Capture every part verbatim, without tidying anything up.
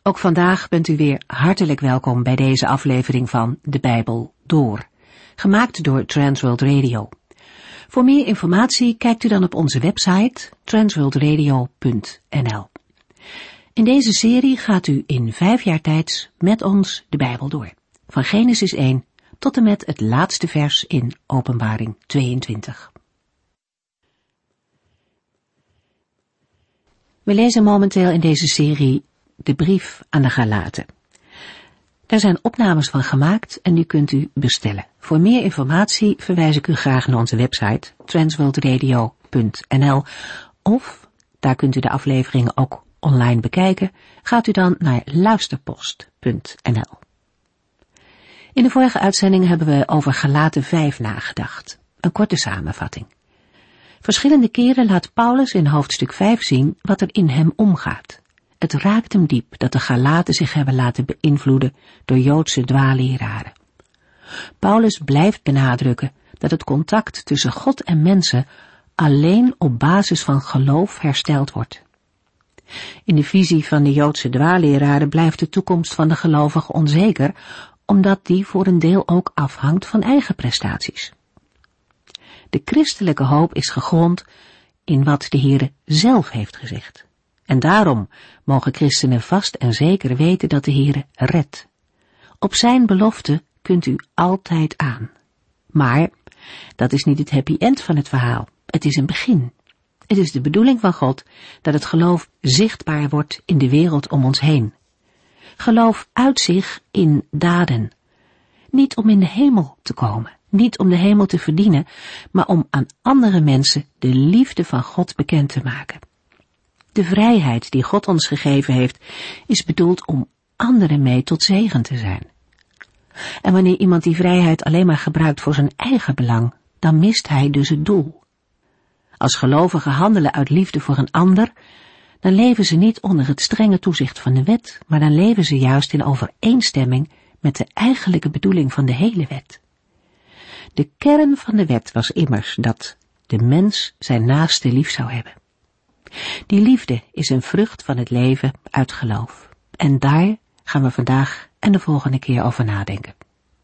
Ook vandaag bent u weer hartelijk welkom bij deze aflevering van De Bijbel Door, gemaakt door Transworld Radio. Voor meer informatie kijkt u dan op onze website transworld radio punt n l. In deze serie gaat u in vijf jaar tijd met ons de Bijbel door, van Genesis één tot en met het laatste vers in Openbaring tweeëntwintig. We lezen momenteel in deze serie de brief aan de Galaten. Daar zijn opnames van gemaakt en die kunt u bestellen. Voor meer informatie verwijs ik u graag naar onze website transworld radio punt n l of, daar kunt u de afleveringen ook online bekijken, gaat u dan naar luisterpost punt n l. In de vorige uitzending hebben we over Galaten vijf nagedacht. Een korte samenvatting. Verschillende keren laat Paulus in hoofdstuk vijf zien wat er in hem omgaat. Het raakt hem diep dat de Galaten zich hebben laten beïnvloeden door Joodse dwaalleraren. Paulus blijft benadrukken dat het contact tussen God en mensen alleen op basis van geloof hersteld wordt. In de visie van de Joodse dwaalleraren blijft de toekomst van de gelovige onzeker, omdat die voor een deel ook afhangt van eigen prestaties. De christelijke hoop is gegrond in wat de Heere zelf heeft gezegd. En daarom mogen christenen vast en zeker weten dat de Heere redt. Op zijn belofte kunt u altijd aan. Maar dat is niet het happy end van het verhaal. Het is een begin. Het is de bedoeling van God dat het geloof zichtbaar wordt in de wereld om ons heen. Geloof uit zich in daden. Niet om in de hemel te komen, niet om de hemel te verdienen, maar om aan andere mensen de liefde van God bekend te maken. De vrijheid die God ons gegeven heeft, is bedoeld om anderen mee tot zegen te zijn. En wanneer iemand die vrijheid alleen maar gebruikt voor zijn eigen belang, dan mist hij dus het doel. Als gelovigen handelen uit liefde voor een ander, dan leven ze niet onder het strenge toezicht van de wet, maar dan leven ze juist in overeenstemming met de eigenlijke bedoeling van de hele wet. De kern van de wet was immers dat de mens zijn naaste lief zou hebben. Die liefde is een vrucht van het leven uit geloof. En daar gaan we vandaag en de volgende keer over nadenken.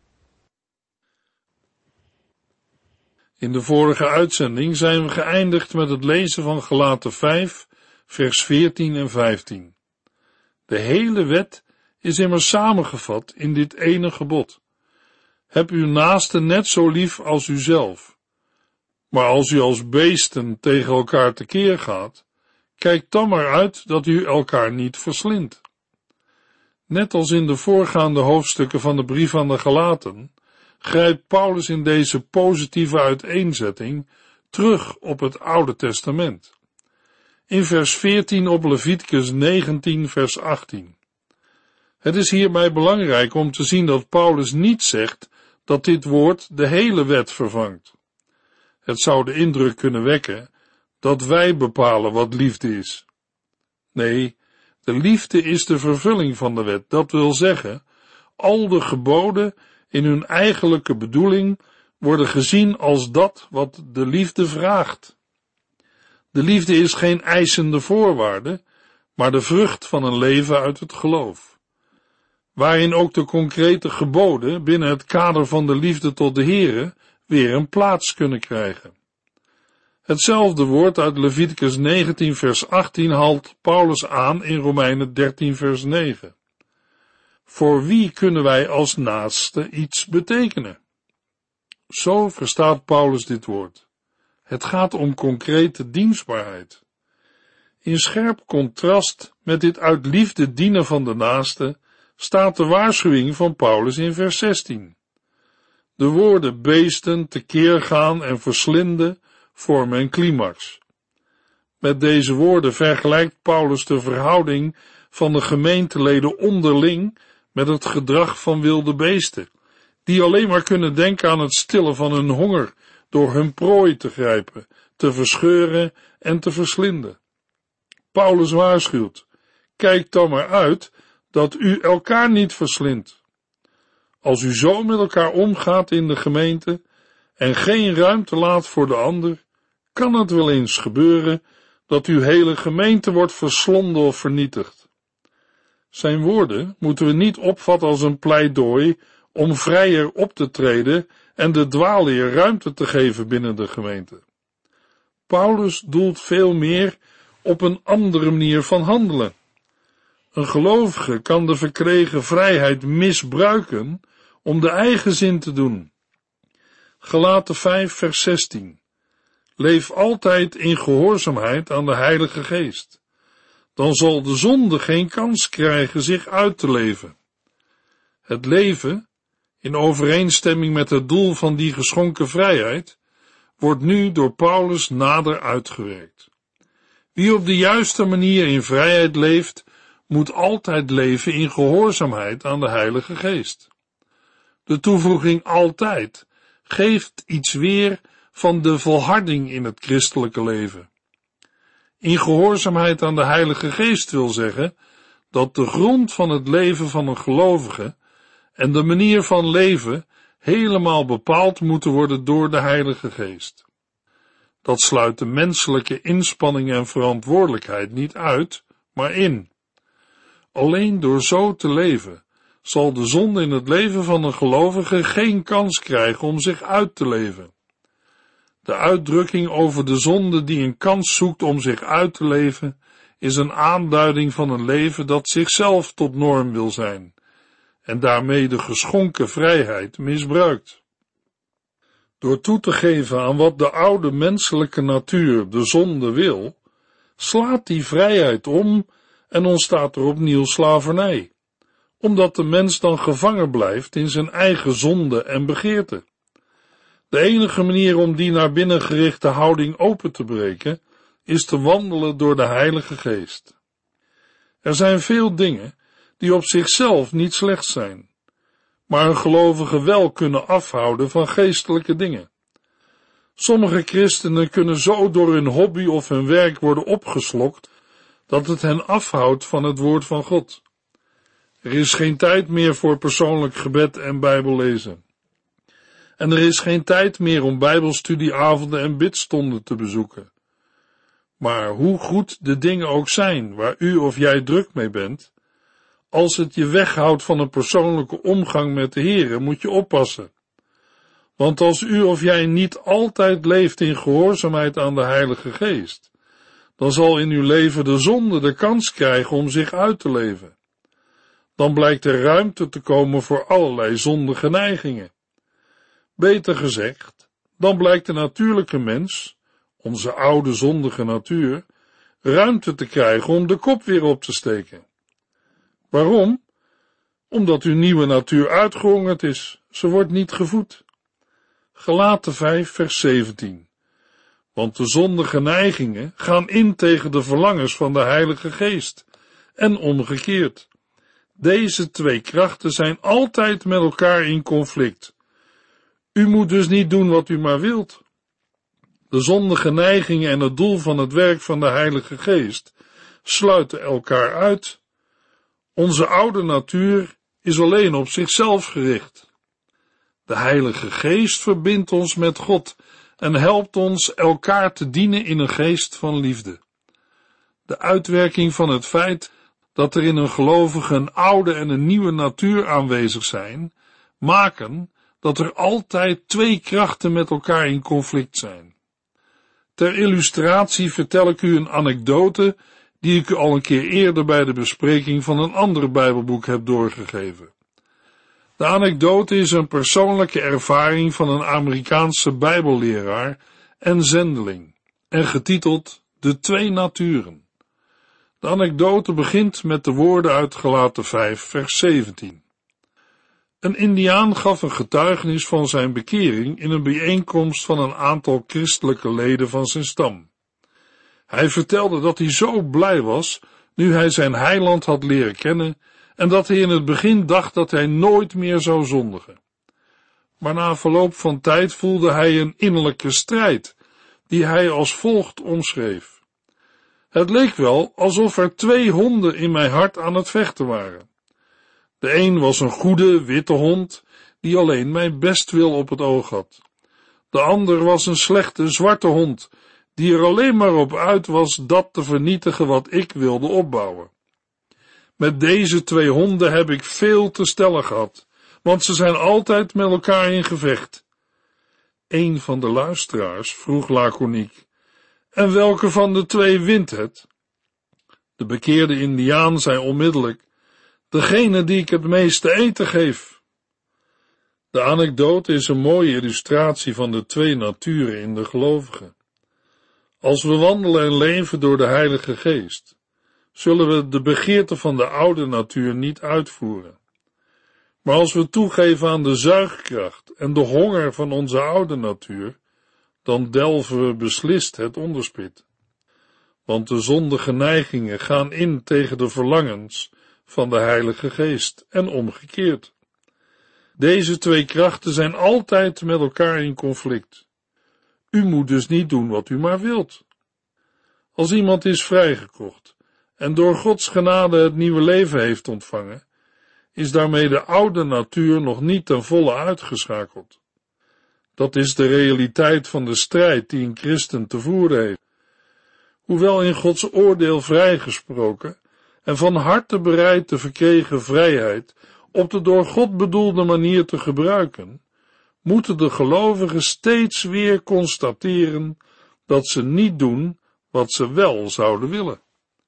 In de vorige uitzending zijn we geëindigd met het lezen van Galaten vijf, vers veertien en vijftien. De hele wet is immers samengevat in dit ene gebod. Heb uw naaste net zo lief als uzelf. Maar als u als beesten tegen elkaar tekeer gaat, kijk dan maar uit dat u elkaar niet verslindt. Net als in de voorgaande hoofdstukken van de brief aan de Galaten, grijpt Paulus in deze positieve uiteenzetting terug op het Oude Testament. In vers veertien op Leviticus negentien vers achttien. Het is hierbij belangrijk om te zien dat Paulus niet zegt dat dit woord de hele wet vervangt. Het zou de indruk kunnen wekken dat wij bepalen wat liefde is. Nee, de liefde is de vervulling van de wet, dat wil zeggen, al de geboden in hun eigenlijke bedoeling worden gezien als dat wat de liefde vraagt. De liefde is geen eisende voorwaarde, maar de vrucht van een leven uit het geloof, waarin ook de concrete geboden binnen het kader van de liefde tot de Heere weer een plaats kunnen krijgen. Hetzelfde woord uit Leviticus negentien vers achttien haalt Paulus aan in Romeinen dertien vers negen. Voor wie kunnen wij als naaste iets betekenen? Zo verstaat Paulus dit woord. Het gaat om concrete dienstbaarheid. In scherp contrast met dit uit liefde dienen van de naaste staat de waarschuwing van Paulus in vers zestien. De woorden beesten, tekeer gaan en verslinden vormen een climax. Met deze woorden vergelijkt Paulus de verhouding van de gemeenteleden onderling met het gedrag van wilde beesten, die alleen maar kunnen denken aan het stillen van hun honger door hun prooi te grijpen, te verscheuren en te verslinden. Paulus waarschuwt, kijk dan maar uit dat u elkaar niet verslindt. Als u zo met elkaar omgaat in de gemeente en geen ruimte laat voor de ander, kan het wel eens gebeuren dat uw hele gemeente wordt verslonden of vernietigd. Zijn woorden moeten we niet opvatten als een pleidooi om vrijer op te treden en de dwaalleer ruimte te geven binnen de gemeente. Paulus doelt veel meer op een andere manier van handelen. Een gelovige kan de verkregen vrijheid misbruiken om de eigen zin te doen. Galaten vijf vers zestien. Leef altijd in gehoorzaamheid aan de Heilige Geest. Dan zal de zonde geen kans krijgen zich uit te leven. Het leven, in overeenstemming met het doel van die geschonken vrijheid, wordt nu door Paulus nader uitgewerkt. Wie op de juiste manier in vrijheid leeft, moet altijd leven in gehoorzaamheid aan de Heilige Geest. De toevoeging altijd geeft iets weer van de volharding in het christelijke leven. In gehoorzaamheid aan de Heilige Geest wil zeggen dat de grond van het leven van een gelovige en de manier van leven helemaal bepaald moeten worden door de Heilige Geest. Dat sluit de menselijke inspanning en verantwoordelijkheid niet uit, maar in. Alleen door zo te leven zal de zonde in het leven van een gelovige geen kans krijgen om zich uit te leven. De uitdrukking over de zonde die een kans zoekt om zich uit te leven, is een aanduiding van een leven dat zichzelf tot norm wil zijn, en daarmee de geschonken vrijheid misbruikt. Door toe te geven aan wat de oude menselijke natuur, de zonde, wil, slaat die vrijheid om en ontstaat er opnieuw slavernij, omdat de mens dan gevangen blijft in zijn eigen zonde en begeerte. De enige manier om die naar binnen gerichte houding open te breken, is te wandelen door de Heilige Geest. Er zijn veel dingen die op zichzelf niet slecht zijn, maar een gelovige wel kunnen afhouden van geestelijke dingen. Sommige christenen kunnen zo door hun hobby of hun werk worden opgeslokt, dat het hen afhoudt van het woord van God. Er is geen tijd meer voor persoonlijk gebed en bijbellezen. En er is geen tijd meer om bijbelstudieavonden en bidstonden te bezoeken. Maar hoe goed de dingen ook zijn waar u of jij druk mee bent, als het je weghoudt van een persoonlijke omgang met de Heere, moet je oppassen. Want als u of jij niet altijd leeft in gehoorzaamheid aan de Heilige Geest, dan zal in uw leven de zonde de kans krijgen om zich uit te leven. Dan blijkt er ruimte te komen voor allerlei zondige neigingen. Beter gezegd, dan blijkt de natuurlijke mens, onze oude zondige natuur, ruimte te krijgen om de kop weer op te steken. Waarom? Omdat uw nieuwe natuur uitgehongerd is, ze wordt niet gevoed. Galaten vijf vers zeventien. Want de zondige neigingen gaan in tegen de verlangens van de Heilige Geest, en omgekeerd. Deze twee krachten zijn altijd met elkaar in conflict. U moet dus niet doen wat u maar wilt. De zondige neigingen en het doel van het werk van de Heilige Geest sluiten elkaar uit. Onze oude natuur is alleen op zichzelf gericht. De Heilige Geest verbindt ons met God en helpt ons elkaar te dienen in een geest van liefde. De uitwerking van het feit dat er in een gelovige een oude en een nieuwe natuur aanwezig zijn, maken dat er altijd twee krachten met elkaar in conflict zijn. Ter illustratie vertel ik u een anekdote die ik u al een keer eerder bij de bespreking van een ander Bijbelboek heb doorgegeven. De anekdote is een persoonlijke ervaring van een Amerikaanse Bijbelleraar en zendeling en getiteld De Twee Naturen. De anekdote begint met de woorden uit Galaten vijf vers zeventien. Een Indiaan gaf een getuigenis van zijn bekering in een bijeenkomst van een aantal christelijke leden van zijn stam. Hij vertelde dat hij zo blij was nu hij zijn heiland had leren kennen en dat hij in het begin dacht dat hij nooit meer zou zondigen. Maar na verloop van tijd voelde hij een innerlijke strijd, die hij als volgt omschreef. Het leek wel alsof er twee honden in mijn hart aan het vechten waren. De een was een goede, witte hond, die alleen mijn bestwil op het oog had. De ander was een slechte, zwarte hond, die er alleen maar op uit was dat te vernietigen wat ik wilde opbouwen. Met deze twee honden heb ik veel te stellen gehad, want ze zijn altijd met elkaar in gevecht. Een van de luisteraars vroeg laconiek: en welke van de twee wint het? De bekeerde Indiaan zei onmiddellijk: degene die ik het meest te eten geef. De anekdote is een mooie illustratie van de twee naturen in de gelovigen. Als we wandelen en leven door de Heilige Geest, zullen we de begeerte van de oude natuur niet uitvoeren. Maar als we toegeven aan de zuigkracht en de honger van onze oude natuur, dan delven we beslist het onderspit. Want de zondige neigingen gaan in tegen de verlangens van de Heilige Geest en omgekeerd. Deze twee krachten zijn altijd met elkaar in conflict. U moet dus niet doen wat u maar wilt. Als iemand is vrijgekocht en door Gods genade het nieuwe leven heeft ontvangen, is daarmee de oude natuur nog niet ten volle uitgeschakeld. Dat is de realiteit van de strijd die een christen te voeren heeft. Hoewel in Gods oordeel vrijgesproken en van harte bereid de verkregen vrijheid op de door God bedoelde manier te gebruiken, moeten de gelovigen steeds weer constateren dat ze niet doen wat ze wel zouden willen.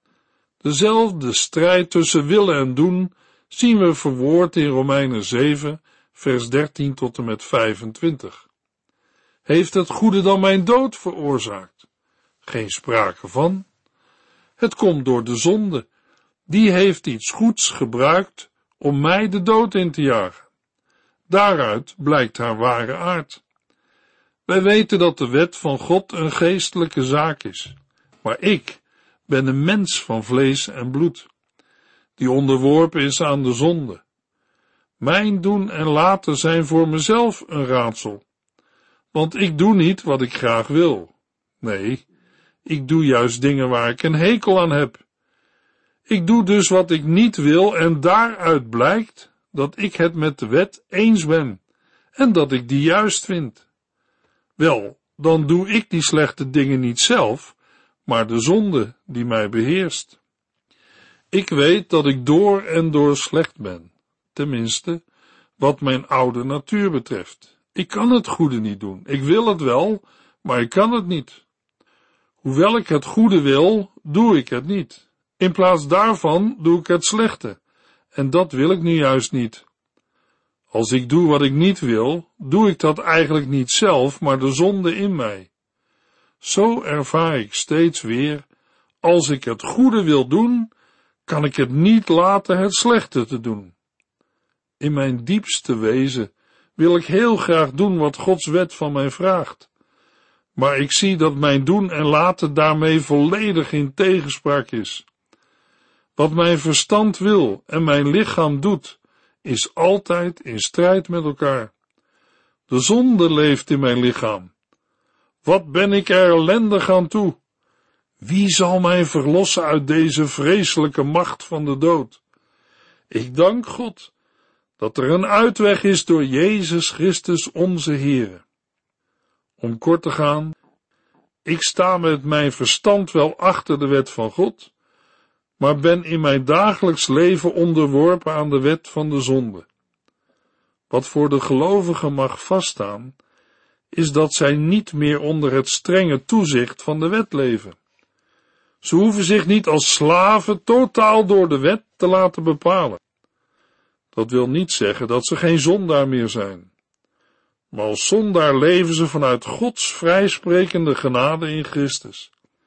Dezelfde strijd tussen willen en doen zien we verwoord in Romeinen zeven, vers dertien tot en met vijfentwintig. Heeft het goede dan mijn dood veroorzaakt? Geen sprake van. Het komt door de zonde. Die heeft iets goeds gebruikt om mij de dood in te jagen. Daaruit blijkt haar ware aard. Wij weten dat de wet van God een geestelijke zaak is, maar ik ben een mens van vlees en bloed, die onderworpen is aan de zonde. Mijn doen en laten zijn voor mezelf een raadsel, want ik doe niet wat ik graag wil. Nee, ik doe juist dingen waar ik een hekel aan heb. Ik doe dus wat ik niet wil en daaruit blijkt dat ik het met de wet eens ben en dat ik die juist vind. Wel, dan doe ik die slechte dingen niet zelf, maar de zonde die mij beheerst. Ik weet dat ik door en door slecht ben, tenminste, wat mijn oude natuur betreft. Ik kan het goede niet doen. Ik wil het wel, maar ik kan het niet. Hoewel ik het goede wil, doe ik het niet. In plaats daarvan doe ik het slechte, en dat wil ik nu juist niet. Als ik doe wat ik niet wil, doe ik dat eigenlijk niet zelf, maar de zonde in mij. Zo ervaar ik steeds weer, als ik het goede wil doen, kan ik het niet laten het slechte te doen. In mijn diepste wezen wil ik heel graag doen wat Gods wet van mij vraagt. Maar ik zie dat mijn doen en laten daarmee volledig in tegenspraak is. Wat mijn verstand wil en mijn lichaam doet, is altijd in strijd met elkaar. De zonde leeft in mijn lichaam. Wat ben ik er ellendig aan toe? Wie zal mij verlossen uit deze vreselijke macht van de dood? Ik dank God dat er een uitweg is door Jezus Christus onze Heere. Om kort te gaan, ik sta met mijn verstand wel achter de wet van God, maar ben in mijn dagelijks leven onderworpen aan de wet van de zonde. Wat voor de gelovigen mag vaststaan, is dat zij niet meer onder het strenge toezicht van de wet leven. Ze hoeven zich niet als slaven totaal door de wet te laten bepalen. Dat wil niet zeggen dat ze geen zondaar meer zijn. Maar als zondaar leven ze vanuit Gods vrijsprekende genade in Christus.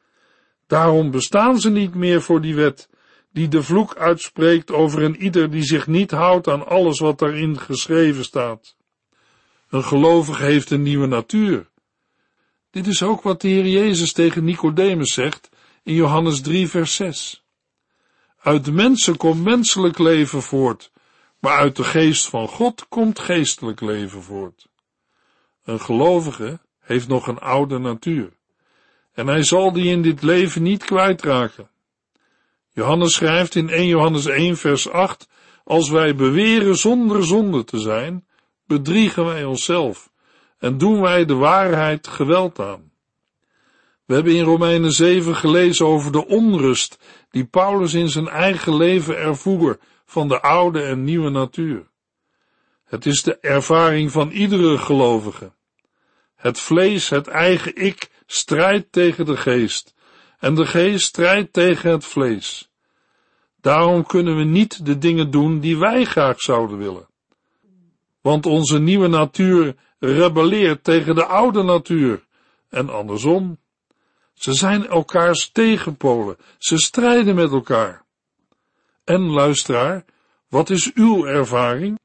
Daarom bestaan ze niet meer voor die wet, die de vloek uitspreekt over een ieder die zich niet houdt aan alles wat daarin geschreven staat. Een gelovige heeft een nieuwe natuur. Dit is ook wat de Heer Jezus tegen Nicodemus zegt in Johannes drie vers zes. Uit de mensen komt menselijk leven voort, maar uit de geest van God komt geestelijk leven voort. Een gelovige heeft nog een oude natuur, en hij zal die in dit leven niet kwijtraken. Johannes schrijft in eerste Johannes één vers acht, als wij beweren zonder zonde te zijn, bedriegen wij onszelf en doen wij de waarheid geweld aan. We hebben in Romeinen zeven gelezen over de onrust die Paulus in zijn eigen leven ervoer van de oude en nieuwe natuur. Het is de ervaring van iedere gelovige. Het vlees, het eigen ik, strijdt tegen de geest, en de geest strijdt tegen het vlees. Daarom kunnen we niet de dingen doen die wij graag zouden willen. Want onze nieuwe natuur rebelleert tegen de oude natuur, en andersom. Ze zijn elkaars tegenpolen, ze strijden met elkaar. En luisteraar, wat is uw ervaring?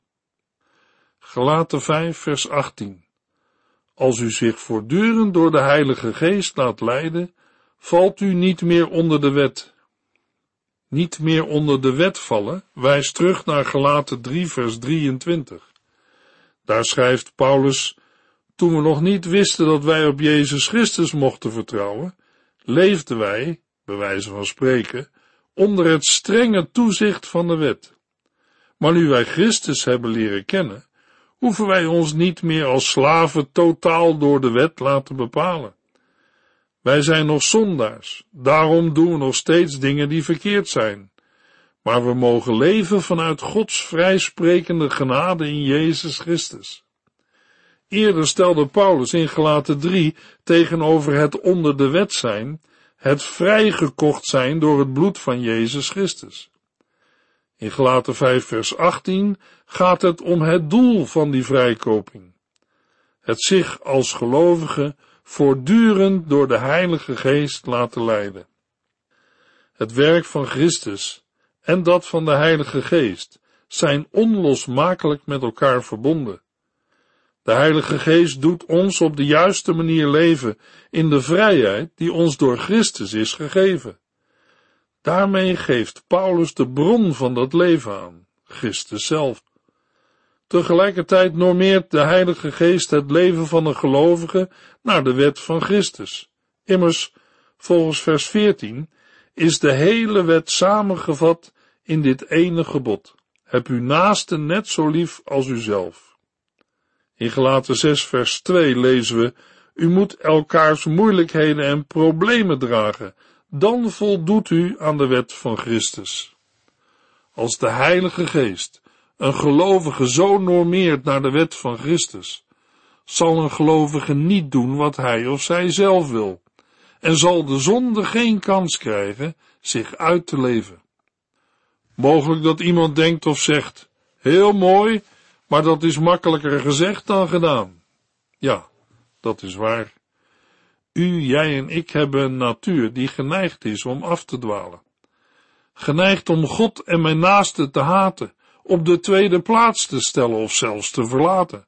Galaten vijf vers achttien. Als u zich voortdurend door de Heilige Geest laat leiden, valt u niet meer onder de wet. Niet meer onder de wet vallen, wijst terug naar Galaten drie vers drieëntwintig. Daar schrijft Paulus: toen we nog niet wisten dat wij op Jezus Christus mochten vertrouwen, leefden wij, bij wijze van spreken, onder het strenge toezicht van de wet. Maar nu wij Christus hebben leren kennen, hoeven wij ons niet meer als slaven totaal door de wet laten bepalen. Wij zijn nog zondaars, daarom doen we nog steeds dingen die verkeerd zijn. Maar we mogen leven vanuit Gods vrijsprekende genade in Jezus Christus. Eerder stelde Paulus in Galaten drie tegenover het onder de wet zijn, het vrijgekocht zijn door het bloed van Jezus Christus. In Galaten vijf vers achttien gaat het om het doel van die vrijkoping. Het zich als gelovige voortdurend door de Heilige Geest laten leiden. Het werk van Christus en dat van de Heilige Geest zijn onlosmakelijk met elkaar verbonden. De Heilige Geest doet ons op de juiste manier leven in de vrijheid die ons door Christus is gegeven. Daarmee geeft Paulus de bron van dat leven aan, Christus zelf. Tegelijkertijd normeert de Heilige Geest het leven van een gelovige naar de wet van Christus. Immers, volgens vers veertien, is de hele wet samengevat in dit ene gebod: heb uw naaste net zo lief als uzelf. In Galaten zes vers twee lezen we: u moet elkaars moeilijkheden en problemen dragen, dan voldoet u aan de wet van Christus. Als de Heilige Geest een gelovige zo normeert naar de wet van Christus, zal een gelovige niet doen wat hij of zij zelf wil, en zal de zonde geen kans krijgen zich uit te leven. Mogelijk dat iemand denkt of zegt: heel mooi, maar dat is makkelijker gezegd dan gedaan. Ja, dat is waar. U, jij en ik hebben een natuur die geneigd is om af te dwalen. Geneigd om God en mijn naaste te haten, op de tweede plaats te stellen of zelfs te verlaten.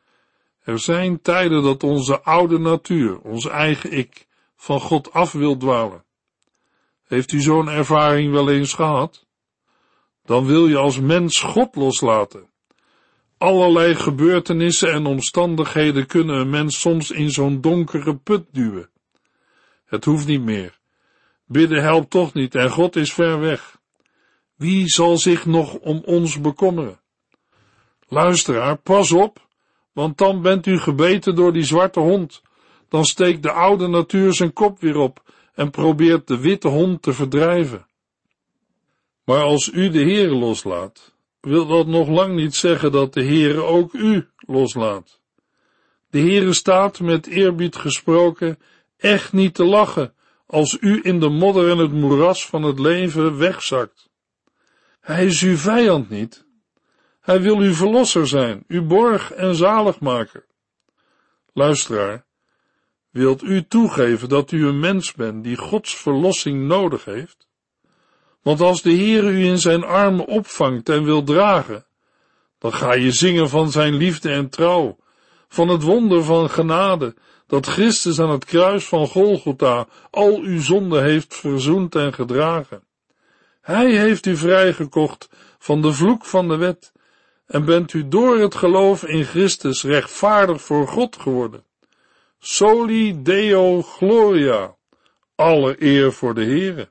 Er zijn tijden dat onze oude natuur, ons eigen ik, van God af wil dwalen. Heeft u zo'n ervaring wel eens gehad? Dan wil je als mens God loslaten. Allerlei gebeurtenissen en omstandigheden kunnen een mens soms in zo'n donkere put duwen. Het hoeft niet meer. Bidden helpt toch niet en God is ver weg. Wie zal zich nog om ons bekommeren? Luisteraar, pas op, want dan bent u gebeten door die zwarte hond. Dan steekt de oude natuur zijn kop weer op en probeert de witte hond te verdrijven. Maar als u de Heere loslaat, wil dat nog lang niet zeggen dat de Heere ook u loslaat. De Heere staat, met eerbied gesproken, echt niet te lachen als u in de modder en het moeras van het leven wegzakt. Hij is uw vijand niet. Hij wil uw verlosser zijn, uw borg en zaligmaker. Luisteraar, wilt u toegeven dat u een mens bent die Gods verlossing nodig heeft? Want als de Heere u in zijn armen opvangt en wil dragen, dan ga je zingen van zijn liefde en trouw, van het wonder van genade, dat Christus aan het kruis van Golgotha al uw zonde heeft verzoend en gedragen. Hij heeft u vrijgekocht van de vloek van de wet en bent u door het geloof in Christus rechtvaardig voor God geworden. Soli Deo Gloria, alle eer voor de Heere.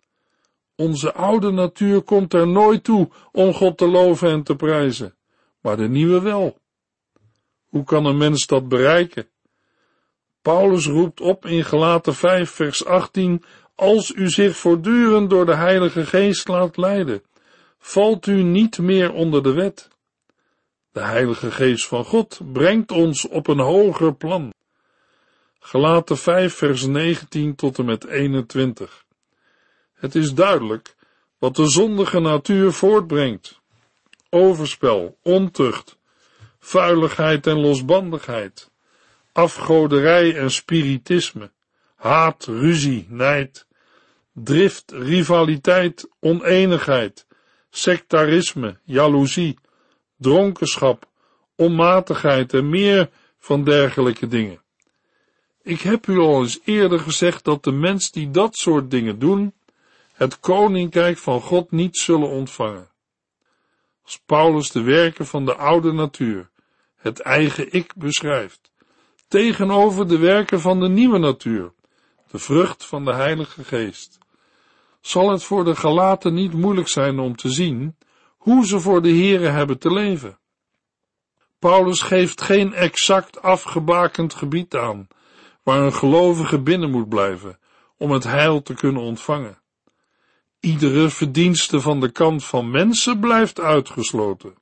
Onze oude natuur komt er nooit toe om God te loven en te prijzen, maar de nieuwe wel. Hoe kan een mens dat bereiken? Paulus roept op in Galaten vijf vers achttien, als u zich voortdurend door de Heilige Geest laat leiden, valt u niet meer onder de wet. De Heilige Geest van God brengt ons op een hoger plan. Galaten vijf vers negentien tot en met eenentwintig. Het is duidelijk wat de zondige natuur voortbrengt. Overspel, ontucht, vuiligheid en losbandigheid, afgoderij en spiritisme, haat, ruzie, nijd, drift, rivaliteit, oneenigheid, sectarisme, jaloezie, dronkenschap, onmatigheid en meer van dergelijke dingen. Ik heb u al eens eerder gezegd dat de mensen die dat soort dingen doen, het koninkrijk van God niet zullen ontvangen. Als Paulus de werken van de oude natuur, het eigen ik, beschrijft, tegenover de werken van de nieuwe natuur, de vrucht van de Heilige Geest, zal het voor de Galaten niet moeilijk zijn om te zien hoe ze voor de Here hebben te leven. Paulus geeft geen exact afgebakend gebied aan, waar een gelovige binnen moet blijven, om het heil te kunnen ontvangen. Iedere verdienste van de kant van mensen blijft uitgesloten.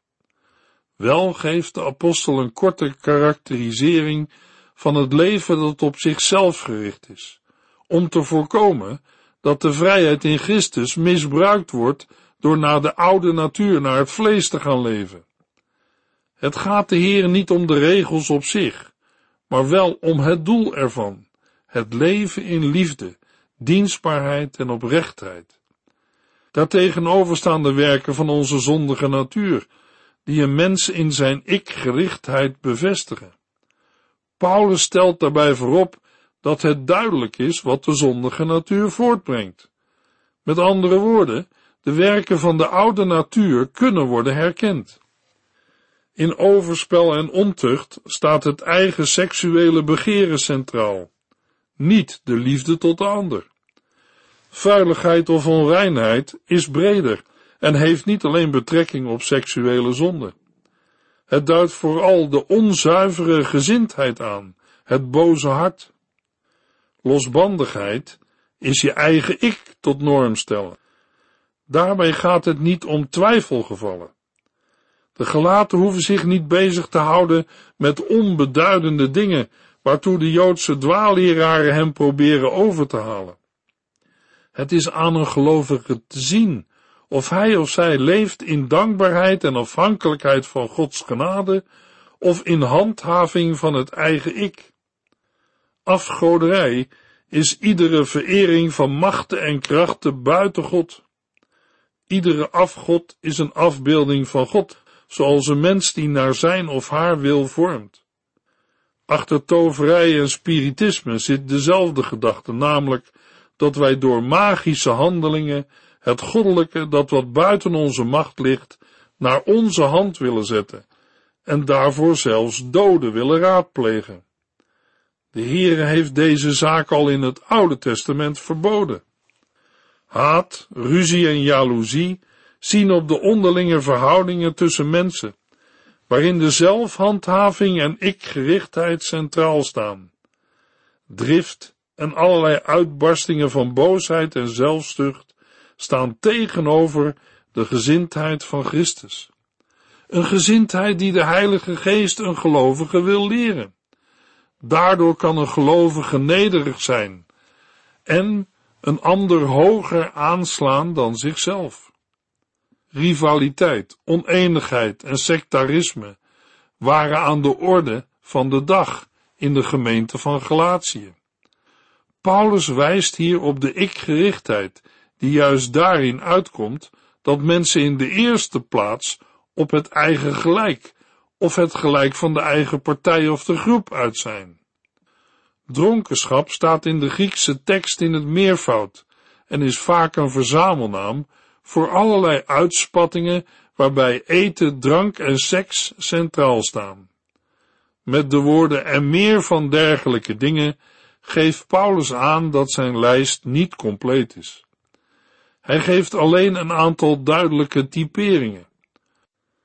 Wel geeft de apostel een korte karakterisering van het leven dat op zichzelf gericht is, om te voorkomen dat de vrijheid in Christus misbruikt wordt door naar de oude natuur, naar het vlees te gaan leven. Het gaat de Heer niet om de regels op zich, maar wel om het doel ervan, het leven in liefde, dienstbaarheid en oprechtheid. Daartegenover staan de werken van onze zondige natuur, die een mens in zijn ik-gerichtheid bevestigen. Paulus stelt daarbij voorop dat het duidelijk is wat de zondige natuur voortbrengt. Met andere woorden, de werken van de oude natuur kunnen worden herkend. In overspel en ontucht staat het eigen seksuele begeren centraal, niet de liefde tot de ander. Vuiligheid of onreinheid is breder en heeft niet alleen betrekking op seksuele zonde. Het duidt vooral de onzuivere gezindheid aan, het boze hart. Losbandigheid is je eigen ik tot norm stellen. Daarbij gaat het niet om twijfelgevallen. De Galaten hoeven zich niet bezig te houden met onbeduidende dingen, waartoe de Joodse dwaalleraren hem proberen over te halen. Het is aan een gelovige te zien of hij of zij leeft in dankbaarheid en afhankelijkheid van Gods genade, of in handhaving van het eigen ik. Afgoderij is iedere verering van machten en krachten buiten God. Iedere afgod is een afbeelding van God, zoals een mens die naar zijn of haar wil vormt. Achter toverij en spiritisme zit dezelfde gedachte, namelijk dat wij door magische handelingen het goddelijke dat wat buiten onze macht ligt, naar onze hand willen zetten en daarvoor zelfs doden willen raadplegen. De Heere heeft deze zaak al in het Oude Testament verboden. Haat, ruzie en jaloezie zien op de onderlinge verhoudingen tussen mensen, waarin de zelfhandhaving en ikgerichtheid centraal staan. Drift en allerlei uitbarstingen van boosheid en zelfzucht staan tegenover de gezindheid van Christus. Een gezindheid die de Heilige Geest een gelovige wil leren. Daardoor kan een gelovige nederig zijn en een ander hoger aanslaan dan zichzelf. Rivaliteit, oneenigheid en sectarisme waren aan de orde van de dag in de gemeente van Galatië. Paulus wijst hier op de ikgerichtheid, die juist daarin uitkomt dat mensen in de eerste plaats op het eigen gelijk of het gelijk van de eigen partij of de groep uit zijn. Dronkenschap staat in de Griekse tekst in het meervoud en is vaak een verzamelnaam voor allerlei uitspattingen waarbij eten, drank en seks centraal staan. Met de woorden en meer van dergelijke dingen geeft Paulus aan dat zijn lijst niet compleet is. Hij geeft alleen een aantal duidelijke typeringen.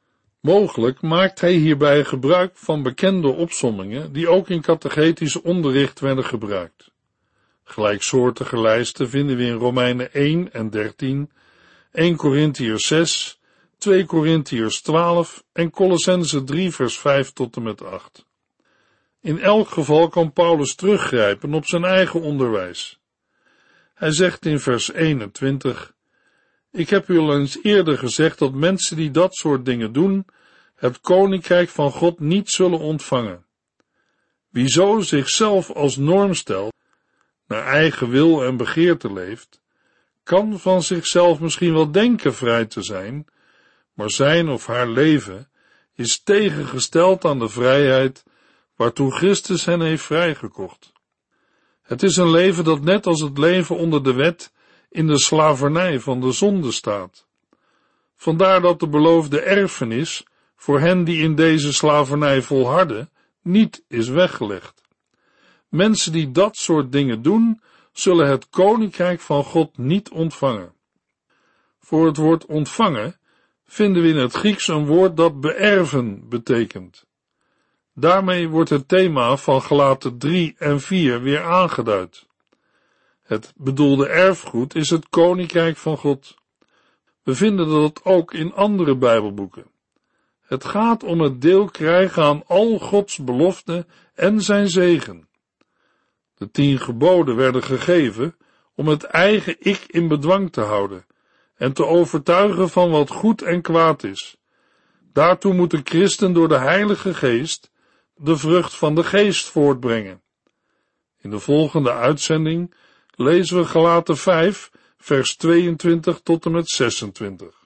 Mogelijk maakt hij hierbij gebruik van bekende opsommingen die ook in catechetisch onderricht werden gebruikt. Gelijksoortige lijsten vinden we in Romeinen één en dertien, eerste Korintiërs zes, tweede Korintiërs twaalf en Kolossenzen drie vers vijf tot en met acht. In elk geval kan Paulus teruggrijpen op zijn eigen onderwijs. Hij zegt in vers eenentwintig, ik heb u al eens eerder gezegd dat mensen die dat soort dingen doen, het koninkrijk van God niet zullen ontvangen. Wie zo zichzelf als norm stelt, naar eigen wil en begeerte leeft, kan van zichzelf misschien wel denken vrij te zijn, maar zijn of haar leven is tegengesteld aan de vrijheid waartoe Christus hen heeft vrijgekocht. Het is een leven dat net als het leven onder de wet in de slavernij van de zonde staat. Vandaar dat de beloofde erfenis voor hen die in deze slavernij volharden niet is weggelegd. Mensen die dat soort dingen doen, zullen het koninkrijk van God niet ontvangen. Voor het woord ontvangen vinden we in het Grieks een woord dat beërven betekent. Daarmee wordt het thema van Galaten drie en vier weer aangeduid. Het bedoelde erfgoed is het koninkrijk van God. We vinden dat ook in andere Bijbelboeken. Het gaat om het deel krijgen aan al Gods beloften en zijn zegen. De tien geboden werden gegeven om het eigen ik in bedwang te houden en te overtuigen van wat goed en kwaad is. Daartoe moet de christen door de Heilige Geest de vrucht van de geest voortbrengen. In de volgende uitzending lezen we Galaten vijf, vers tweeëntwintig tot en met zesentwintig.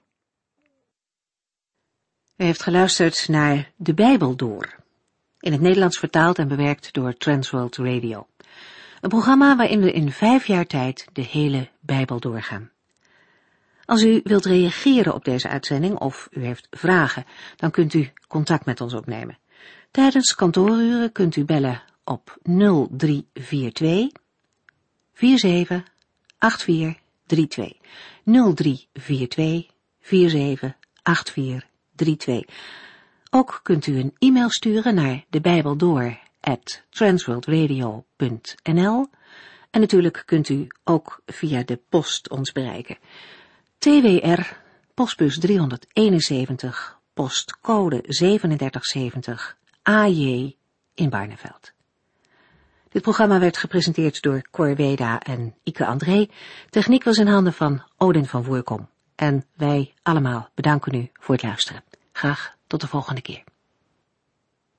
U heeft geluisterd naar De Bijbel Door, in het Nederlands vertaald en bewerkt door Transworld Radio. Een programma waarin we in vijf jaar tijd de hele Bijbel doorgaan. Als u wilt reageren op deze uitzending of u heeft vragen, dan kunt u contact met ons opnemen. Tijdens kantooruren kunt u bellen op nul drie vier twee, vier zeven acht vier drie twee. nul drie vier twee, vier zeven acht vier drie twee. Ook kunt u een e-mail sturen naar debijbeldoor at transworldradio punt n l en natuurlijk kunt u ook via de post ons bereiken. T W R, postbus driehonderdeenenzeventig, postcode zevenendertig zeventig, A J in Barneveld. Dit programma werd gepresenteerd door Cor Weda en Ike André. Techniek was in handen van Odin van Voerkom. En wij allemaal bedanken u voor het luisteren. Graag tot de volgende keer.